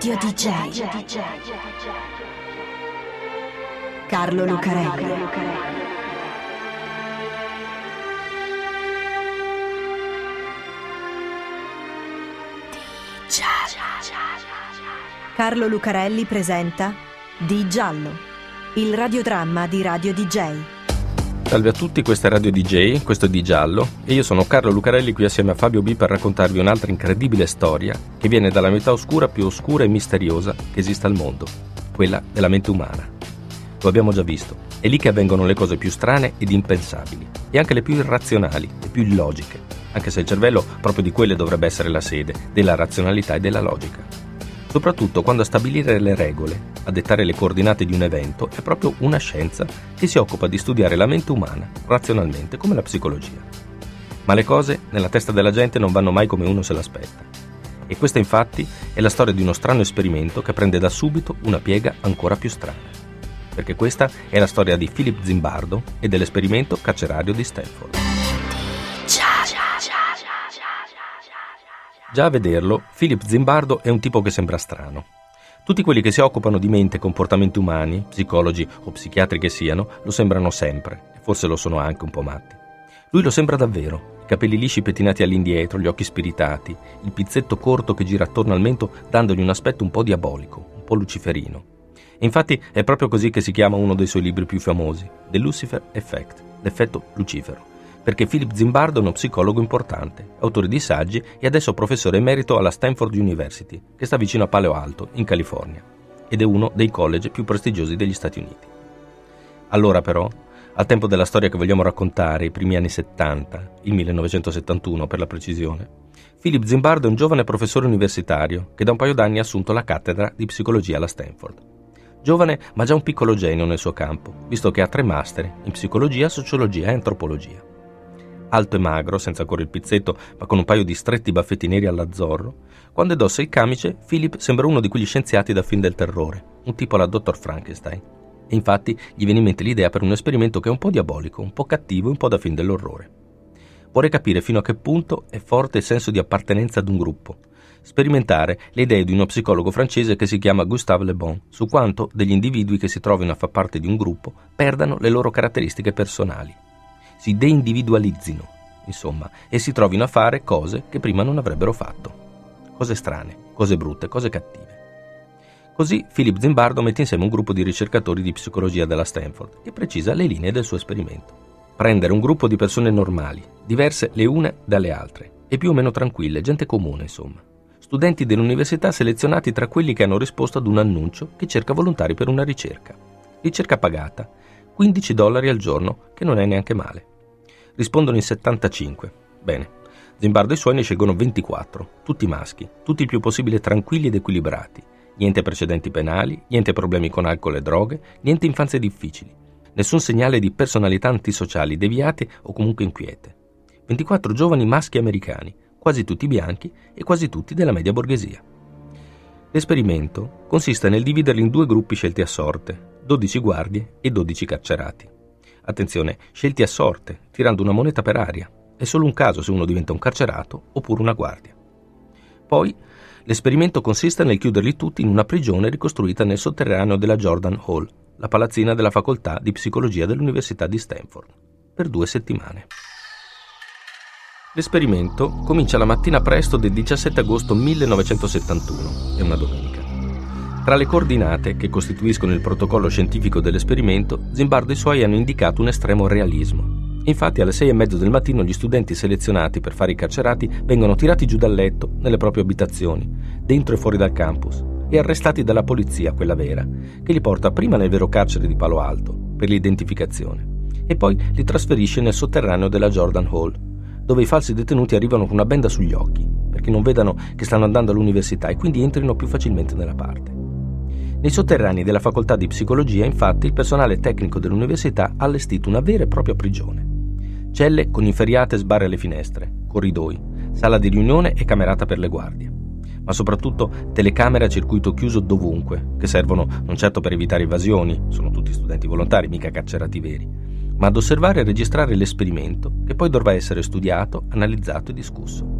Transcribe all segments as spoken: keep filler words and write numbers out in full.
Radio D J Carlo Lucarelli. Carlo Lucarelli presenta Di Giallo, il radiodramma di Radio D J. Salve a tutti, questa è Radio D J, questo è Di Giallo e io sono Carlo Lucarelli qui assieme a Fabio B per raccontarvi un'altra incredibile storia che viene dalla metà oscura più oscura e misteriosa che esista al mondo, quella della mente umana. Lo abbiamo già visto, è lì che avvengono le cose più strane ed impensabili e anche le più irrazionali e più illogiche, anche se il cervello proprio di quelle dovrebbe essere la sede della razionalità e della logica. Soprattutto quando a stabilire le regole, a dettare le coordinate di un evento, è proprio una scienza che si occupa di studiare la mente umana razionalmente come la psicologia. Ma le cose nella testa della gente non vanno mai come uno se l'aspetta. E questa infatti è la storia di uno strano esperimento che prende da subito una piega ancora più strana. Perché questa è la storia di Philip Zimbardo e dell'esperimento carcerario di Stanford. Già a vederlo, Philip Zimbardo è un tipo che sembra strano. Tutti quelli che si occupano di mente e comportamenti umani, psicologi o psichiatri che siano, lo sembrano sempre, e forse lo sono anche un po' matti. Lui lo sembra davvero, i capelli lisci pettinati all'indietro, gli occhi spiritati, il pizzetto corto che gira attorno al mento dandogli un aspetto un po' diabolico, un po' luciferino. E infatti è proprio così che si chiama uno dei suoi libri più famosi, The Lucifer Effect, l'effetto Lucifero. Perché Philip Zimbardo è uno psicologo importante, autore di saggi e adesso professore emerito alla Stanford University, che sta vicino a Palo Alto, in California, ed è uno dei college più prestigiosi degli Stati Uniti. Allora però, al tempo della storia che vogliamo raccontare, i primi anni settanta, il millenovecentosettantuno per la precisione, Philip Zimbardo è un giovane professore universitario che da un paio d'anni ha assunto la cattedra di psicologia alla Stanford. Giovane ma già un piccolo genio nel suo campo, visto che ha tre master in psicologia, sociologia e antropologia. Alto e magro, senza ancora il pizzetto, ma con un paio di stretti baffetti neri all'azzurro, quando indossa il camice, Philip sembra uno di quegli scienziati da film del terrore, un tipo alla dottor Frankenstein. E infatti gli viene in mente l'idea per un esperimento che è un po' diabolico, un po' cattivo e un po' da film dell'orrore. Vorrei capire fino a che punto è forte il senso di appartenenza ad un gruppo. Sperimentare le idee di uno psicologo francese che si chiama Gustave Le Bon su quanto degli individui che si trovino a far parte di un gruppo perdano le loro caratteristiche personali. Si deindividualizzino, insomma, e si trovino a fare cose che prima non avrebbero fatto. Cose strane, cose brutte, cose cattive. Così Philip Zimbardo mette insieme un gruppo di ricercatori di psicologia della Stanford e precisa le linee del suo esperimento. Prendere un gruppo di persone normali, diverse le une dalle altre, e più o meno tranquille, gente comune, insomma. Studenti dell'università selezionati tra quelli che hanno risposto ad un annuncio che cerca volontari per una ricerca. Ricerca pagata, quindici dollari al giorno, che non è neanche male. Rispondono in settantacinque. Bene, Zimbardo e i suoi ne scelgono ventiquattro, tutti maschi, tutti il più possibile tranquilli ed equilibrati, niente precedenti penali, niente problemi con alcol e droghe, niente infanzie difficili, nessun segnale di personalità antisociali deviate o comunque inquiete. ventiquattro giovani maschi americani, quasi tutti bianchi e quasi tutti della media borghesia. L'esperimento consiste nel dividerli in due gruppi scelti a sorte, dodici guardie e dodici carcerati. Attenzione, scelti a sorte, tirando una moneta per aria. È solo un caso se uno diventa un carcerato oppure una guardia. Poi, l'esperimento consiste nel chiuderli tutti in una prigione ricostruita nel sotterraneo della Jordan Hall, la palazzina della facoltà di psicologia dell'Università di Stanford, per due settimane. L'esperimento comincia la mattina presto del diciassette agosto millenovecentosettantuno, è una domenica. Tra le coordinate che costituiscono il protocollo scientifico dell'esperimento, Zimbardo e i suoi hanno indicato un estremo realismo. Infatti alle sei e mezzo del mattino gli studenti selezionati per fare i carcerati vengono tirati giù dal letto nelle proprie abitazioni, dentro e fuori dal campus, e arrestati dalla polizia, quella vera, che li porta prima nel vero carcere di Palo Alto, per l'identificazione, e poi li trasferisce nel sotterraneo della Jordan Hall, dove i falsi detenuti arrivano con una benda sugli occhi, perché non vedano che stanno andando all'università e quindi entrino più facilmente nella parte. Nei sotterranei della facoltà di psicologia, infatti, il personale tecnico dell'università ha allestito una vera e propria prigione. Celle con inferriate sbarre alle finestre, corridoi, sala di riunione e camerata per le guardie. Ma soprattutto telecamere a circuito chiuso dovunque, che servono non certo per evitare evasioni, sono tutti studenti volontari, mica carcerati veri, ma ad osservare e registrare l'esperimento, che poi dovrà essere studiato, analizzato e discusso.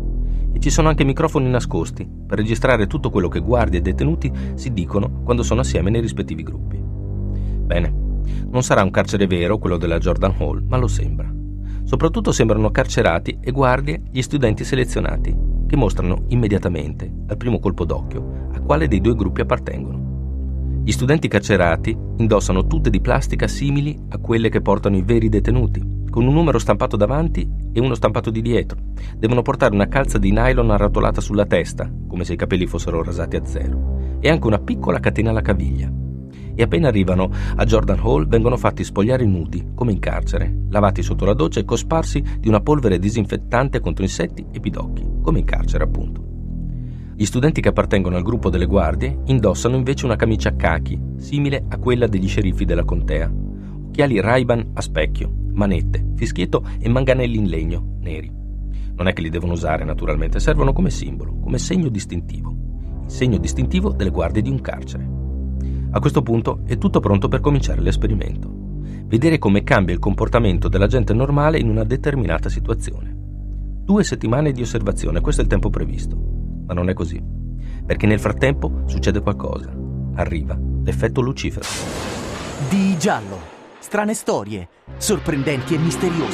E ci sono anche microfoni nascosti per registrare tutto quello che guardie e detenuti si dicono quando sono assieme nei rispettivi gruppi. Bene, non sarà un carcere vero quello della Jordan Hall, ma lo sembra. Soprattutto sembrano carcerati e guardie gli studenti selezionati, che mostrano immediatamente, al primo colpo d'occhio, a quale dei due gruppi appartengono. Gli studenti carcerati indossano tutte di plastica simili a quelle che portano i veri detenuti, con un numero stampato davanti e uno stampato di dietro. Devono portare una calza di nylon arrotolata sulla testa, come se i capelli fossero rasati a zero, e anche una piccola catena alla caviglia. E appena arrivano a Jordan Hall vengono fatti spogliare nudi, come in carcere, lavati sotto la doccia e cosparsi di una polvere disinfettante contro insetti e pidocchi, come in carcere appunto. Gli studenti che appartengono al gruppo delle guardie indossano invece una camicia a cachi, simile a quella degli sceriffi della contea, occhiali Ray-Ban a specchio, manette, fischietto e manganelli in legno, neri. Non è che li devono usare naturalmente, servono come simbolo, come segno distintivo, il segno distintivo delle guardie di un carcere. A questo punto è tutto pronto per cominciare l'esperimento. Vedere come cambia il comportamento della gente normale in una determinata situazione. Due settimane di osservazione, questo è il tempo previsto. Ma non è così, perché nel frattempo succede qualcosa. Arriva l'effetto Lucifero. Di giallo, strane storie, sorprendenti e misteriose.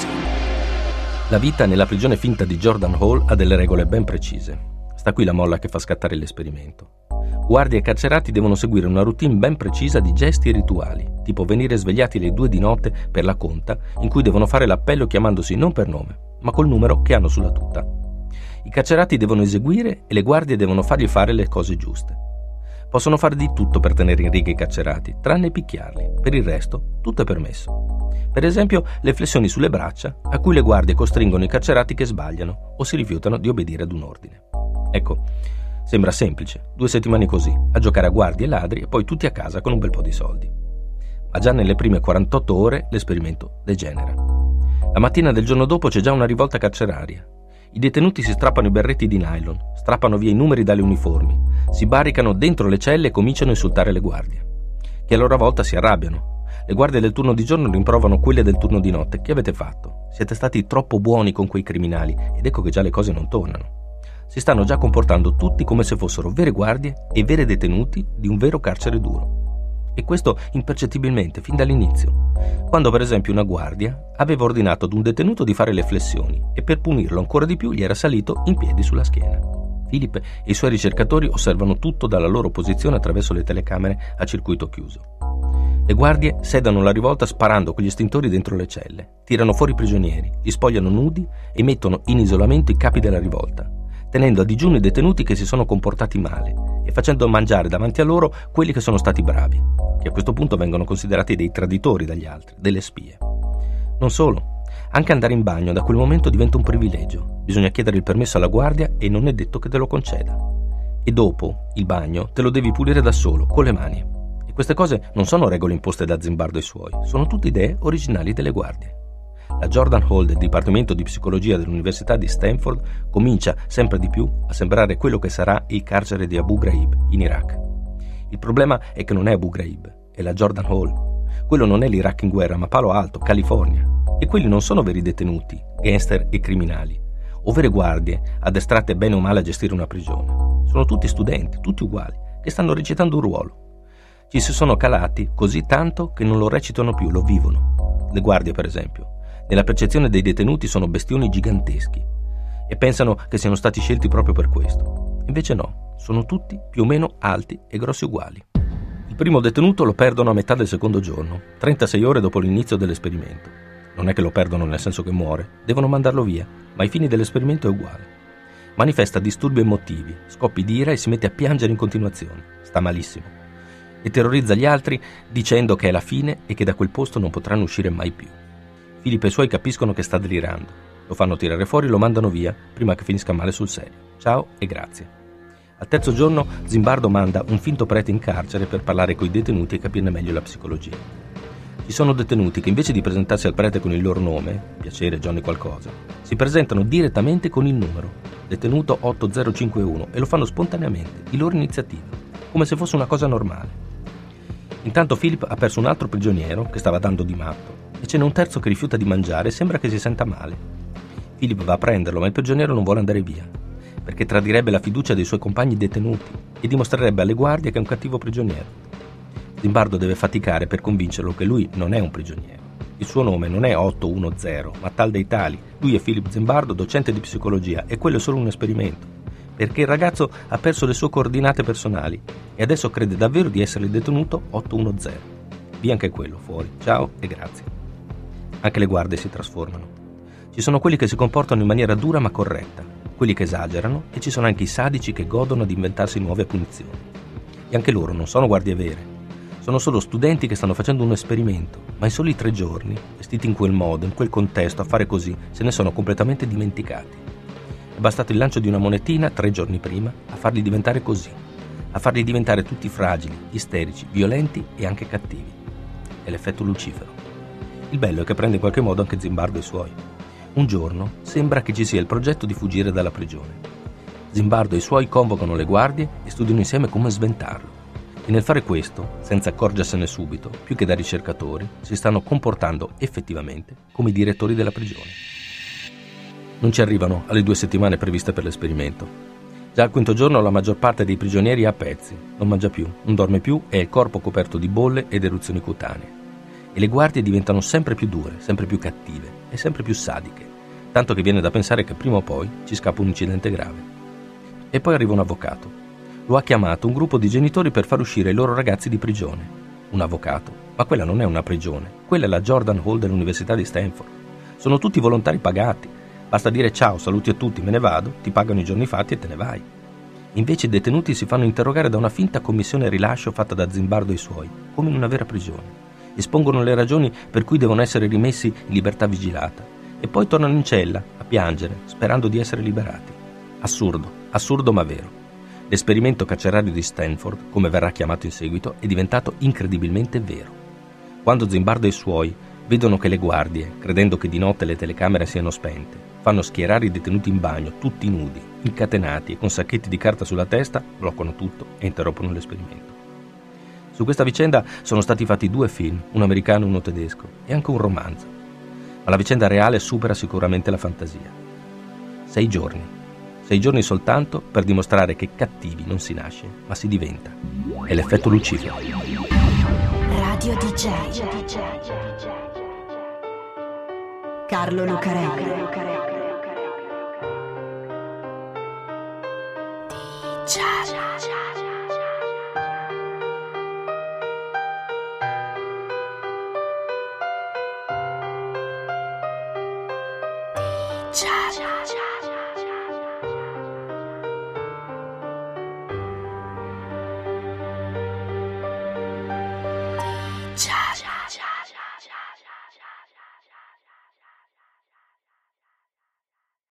La vita nella prigione finta di Jordan Hall ha delle regole ben precise. Sta qui la molla che fa scattare l'esperimento. Guardie e carcerati devono seguire una routine ben precisa di gesti e rituali, tipo venire svegliati alle due di notte per la conta, in cui devono fare l'appello chiamandosi non per nome, ma col numero che hanno sulla tuta. I carcerati devono eseguire e le guardie devono fargli fare le cose giuste. Possono fare di tutto per tenere in riga i carcerati, tranne picchiarli. Per il resto, tutto è permesso. Per esempio, le flessioni sulle braccia, a cui le guardie costringono i carcerati che sbagliano o si rifiutano di obbedire ad un ordine. Ecco, sembra semplice, due settimane così, a giocare a guardie e ladri e poi tutti a casa con un bel po' di soldi. Ma già nelle prime quarantotto ore l'esperimento degenera. La mattina del giorno dopo c'è già una rivolta carceraria. I detenuti si strappano i berretti di nylon, strappano via i numeri dalle uniformi, si barricano dentro le celle e cominciano a insultare le guardie, che a loro volta si arrabbiano. Le guardie del turno di giorno rimprovano quelle del turno di notte. Che avete fatto? Siete stati troppo buoni con quei criminali ed ecco che già le cose non tornano. Si stanno già comportando tutti come se fossero vere guardie e vere detenuti di un vero carcere duro. E questo impercettibilmente fin dall'inizio, quando per esempio una guardia aveva ordinato ad un detenuto di fare le flessioni e per punirlo ancora di più gli era salito in piedi sulla schiena. Philip e i suoi ricercatori osservano tutto dalla loro posizione attraverso le telecamere a circuito chiuso. Le guardie sedano la rivolta sparando con gli estintori dentro le celle, tirano fuori i prigionieri, li spogliano nudi e mettono in isolamento i capi della rivolta, tenendo a digiuno i detenuti che si sono comportati male e facendo mangiare davanti a loro quelli che sono stati bravi, che a questo punto vengono considerati dei traditori dagli altri, delle spie. Non solo, anche andare in bagno da quel momento diventa un privilegio. Bisogna chiedere il permesso alla guardia e non è detto che te lo conceda. E dopo, il bagno, te lo devi pulire da solo, con le mani. E queste cose non sono regole imposte da Zimbardo e i suoi, sono tutte idee originali delle guardie. La Jordan Hall del Dipartimento di Psicologia dell'Università di Stanford comincia sempre di più a sembrare quello che sarà il carcere di Abu Ghraib in Iraq. Il problema è che non è Abu Ghraib, è la Jordan Hall. Quello non è l'Iraq in guerra, ma Palo Alto, California. E quelli non sono veri detenuti, gangster e criminali, o vere guardie addestrate bene o male a gestire una prigione. Sono tutti studenti, tutti uguali, che stanno recitando un ruolo. Ci si sono calati così tanto che non lo recitano più, lo vivono. Le guardie, per esempio, nella percezione dei detenuti sono bestioni giganteschi e pensano che siano stati scelti proprio per questo. Invece no, sono tutti più o meno alti e grossi uguali. Il primo detenuto lo perdono a metà del secondo giorno, trentasei ore dopo l'inizio dell'esperimento. Non è che lo perdono nel senso che muore, devono mandarlo via, ma ai fini dell'esperimento è uguale. Manifesta disturbi emotivi, scoppi di ira e si mette a piangere in continuazione. Sta malissimo. E terrorizza gli altri dicendo che è la fine e che da quel posto non potranno uscire mai più. Philip e i suoi capiscono che sta delirando. Lo fanno tirare fuori e lo mandano via prima che finisca male sul serio. Ciao e grazie. Al terzo giorno Zimbardo manda un finto prete in carcere per parlare coi detenuti e capirne meglio la psicologia. Ci sono detenuti che invece di presentarsi al prete con il loro nome, piacere Johnny qualcosa, si presentano direttamente con il numero, detenuto otto zero cinque uno, e lo fanno spontaneamente, di loro iniziativa, come se fosse una cosa normale. Intanto Philip ha perso un altro prigioniero che stava dando di matto e ce n'è un terzo che rifiuta di mangiare e sembra che si senta male. Philip va a prenderlo, ma il prigioniero non vuole andare via. perché tradirebbe la fiducia dei suoi compagni detenuti e dimostrerebbe alle guardie che è un cattivo prigioniero. Zimbardo deve faticare per convincerlo che lui non è un prigioniero. Il suo nome non è otto uno zero, ma tal dei tali. Lui è Philip Zimbardo, docente di psicologia, e quello è solo un esperimento, perché il ragazzo ha perso le sue coordinate personali e adesso crede davvero di essere il detenuto otto uno zero. Via anche quello, fuori. Ciao e grazie. Anche le guardie si trasformano. Ci sono quelli che si comportano in maniera dura ma corretta, quelli che esagerano, e ci sono anche i sadici che godono di inventarsi nuove punizioni. E anche loro non sono guardie vere. Sono solo studenti che stanno facendo un esperimento, ma in soli tre giorni, vestiti in quel modo, in quel contesto, a fare così, se ne sono completamente dimenticati. È bastato il lancio di una monetina tre giorni prima a farli diventare così, a farli diventare tutti fragili, isterici, violenti e anche cattivi. È l'effetto Lucifero. Il bello è che prende in qualche modo anche Zimbardo e i suoi. Un giorno sembra che ci sia il progetto di fuggire dalla prigione. Zimbardo e i suoi convocano le guardie e studiano insieme come sventarlo. E nel fare questo, senza accorgersene subito, più che da ricercatori, si stanno comportando effettivamente come i direttori della prigione. Non ci arrivano alle due settimane previste per l'esperimento. Già al quinto giorno la maggior parte dei prigionieri è a pezzi, non mangia più, non dorme più e ha il corpo coperto di bolle ed eruzioni cutanee. E le guardie diventano sempre più dure, sempre più cattive e sempre più sadiche, tanto che viene da pensare che prima o poi ci scappa un incidente grave. E poi arriva un avvocato. Lo ha chiamato un gruppo di genitori per far uscire i loro ragazzi di prigione. Un avvocato. Ma quella non è una prigione. Quella è la Jordan Hall dell'Università di Stanford. Sono tutti volontari pagati. Basta dire ciao, saluti a tutti, me ne vado, ti pagano i giorni fatti e te ne vai. Invece i detenuti si fanno interrogare da una finta commissione rilascio fatta da Zimbardo e i suoi, come in una vera prigione. Espongono le ragioni per cui devono essere rimessi in libertà vigilata. E poi tornano in cella, a piangere, sperando di essere liberati. Assurdo, assurdo ma vero. L'esperimento carcerario di Stanford, come verrà chiamato in seguito, è diventato incredibilmente vero. Quando Zimbardo e i suoi vedono che le guardie, credendo che di notte le telecamere siano spente, fanno schierare i detenuti in bagno, tutti nudi, incatenati e con sacchetti di carta sulla testa, bloccano tutto e interrompono l'esperimento. Su questa vicenda sono stati fatti due film, uno americano e uno tedesco, e anche un romanzo. Ma la vicenda reale supera sicuramente la fantasia. Sei giorni. Sei giorni soltanto per dimostrare che cattivi non si nasce, ma si diventa. È l'effetto Lucifero. Radio D J Carlo Lucarelli. Ciao.